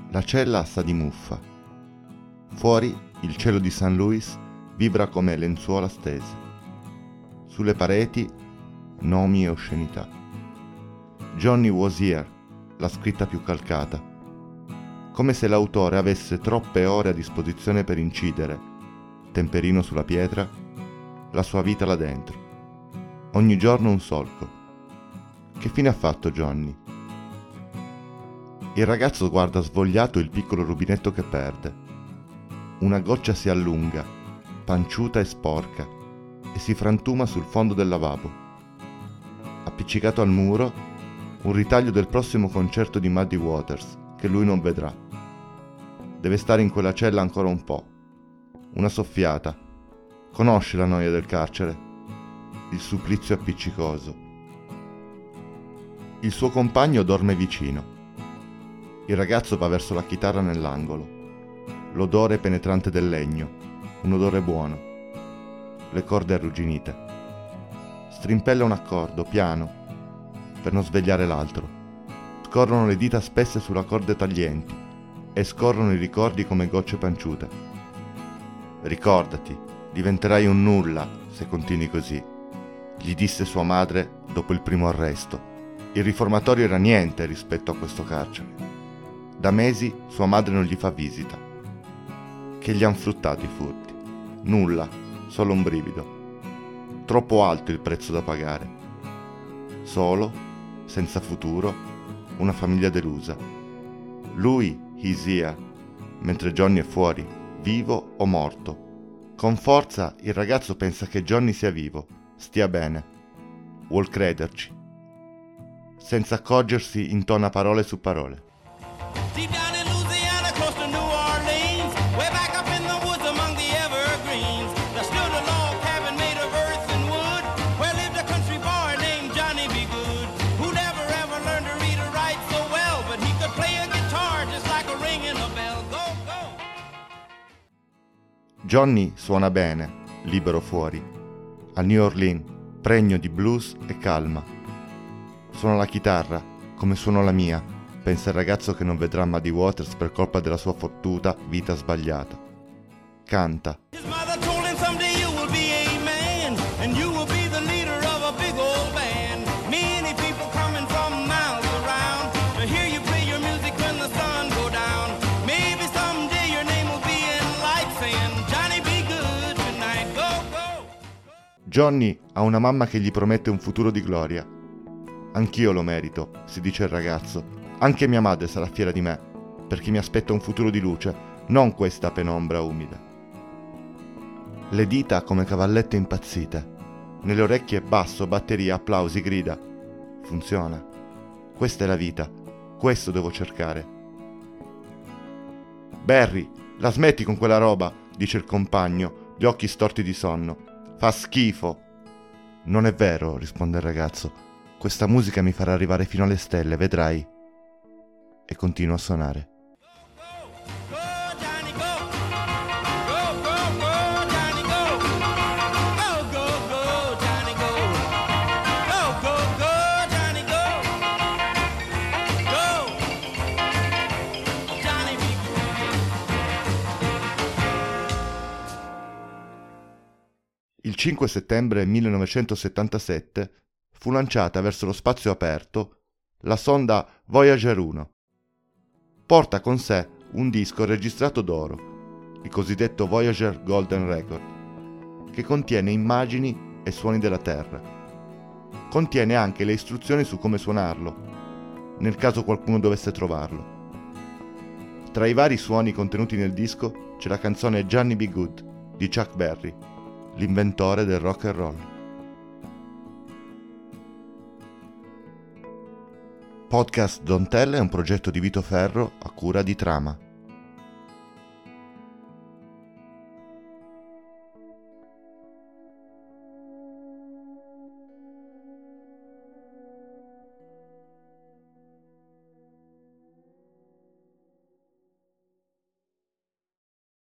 La cella sa di muffa. Fuori il cielo di St. Louis vibra come lenzuola stese. Sulle pareti nomi e oscenità. Johnny was here, la scritta più calcata. Come se l'autore avesse troppe ore a disposizione per incidere, temperino sulla pietra, la sua vita là dentro. Ogni giorno un solco. Che fine ha fatto Johnny? Il ragazzo guarda svogliato il piccolo rubinetto che perde. Una goccia si allunga, panciuta e sporca, e si frantuma sul fondo del lavabo. Appiccicato al muro, un ritaglio del prossimo concerto di Muddy Waters, che lui non vedrà. Deve stare in quella cella ancora un po'. Una soffiata. Conosce la noia del carcere, il supplizio appiccicoso. Il suo compagno dorme vicino. Il ragazzo va verso la chitarra nell'angolo. L'odore penetrante del legno, un odore buono. Le corde arrugginite. Strimpella un accordo, piano, per non svegliare l'altro. Scorrono le dita spesse sulla corde taglienti e scorrono i ricordi come gocce panciute. Ricordati, diventerai un nulla se continui così, gli disse sua madre dopo il primo arresto. Il riformatorio era niente rispetto a questo carcere. Da mesi sua madre non gli fa visita. Che gli han fruttato i furti? Nulla, solo un brivido. Troppo alto il prezzo da pagare. Solo, senza futuro, una famiglia delusa. Lui, he's here, mentre Johnny è fuori, vivo o morto. Con forza il ragazzo pensa che Johnny sia vivo, stia bene. Vuol crederci. Senza accorgersi intona parole su parole. Deep down in Louisiana, close to New Orleans, way back up in the woods among the evergreens, there stood a log cabin made of earth and wood, where lived a country boy named Johnny B. Good, who never ever learned to read or write so well, but he could play a guitar just like a ringing a bell. Go, go! Johnny suona bene, libero fuori, a New Orleans, pregno di blues e calma. Suona la chitarra, come suono la mia, pensa il ragazzo che non vedrà Muddy Waters per colpa della sua fottuta vita sbagliata. Canta. His mother told him someday you will be a man, and you will be the leader of a big old band. Many people coming from miles around to hear you play your music when the sun go down. Maybe someday your name will be in lights saying, Johnny be good tonight, go, go. Johnny ha una mamma che gli promette un futuro di gloria. Anch'io lo merito, si dice il ragazzo. Anche mia madre sarà fiera di me, perché mi aspetta un futuro di luce, non questa penombra umida. Le dita come cavallette impazzite. Nelle orecchie basso, batteria, applausi, grida. Funziona. Questa è la vita. Questo devo cercare. Barry, la smetti con quella roba, dice il compagno, gli occhi storti di sonno. Fa schifo. Non è vero, risponde il ragazzo. Questa musica mi farà arrivare fino alle stelle, vedrai. E continua a suonare. Il 5 settembre 1977 fu lanciata verso lo spazio aperto la sonda Voyager 1. Porta con sé un disco registrato d'oro, il cosiddetto Voyager Golden Record, che contiene immagini e suoni della Terra. Contiene anche le istruzioni su come suonarlo, nel caso qualcuno dovesse trovarlo. Tra i vari suoni contenuti nel disco c'è la canzone Johnny B. Good di Chuck Berry, l'inventore del rock and roll. Podcast Don't Tell è un progetto di Vito Ferro a cura di Trama.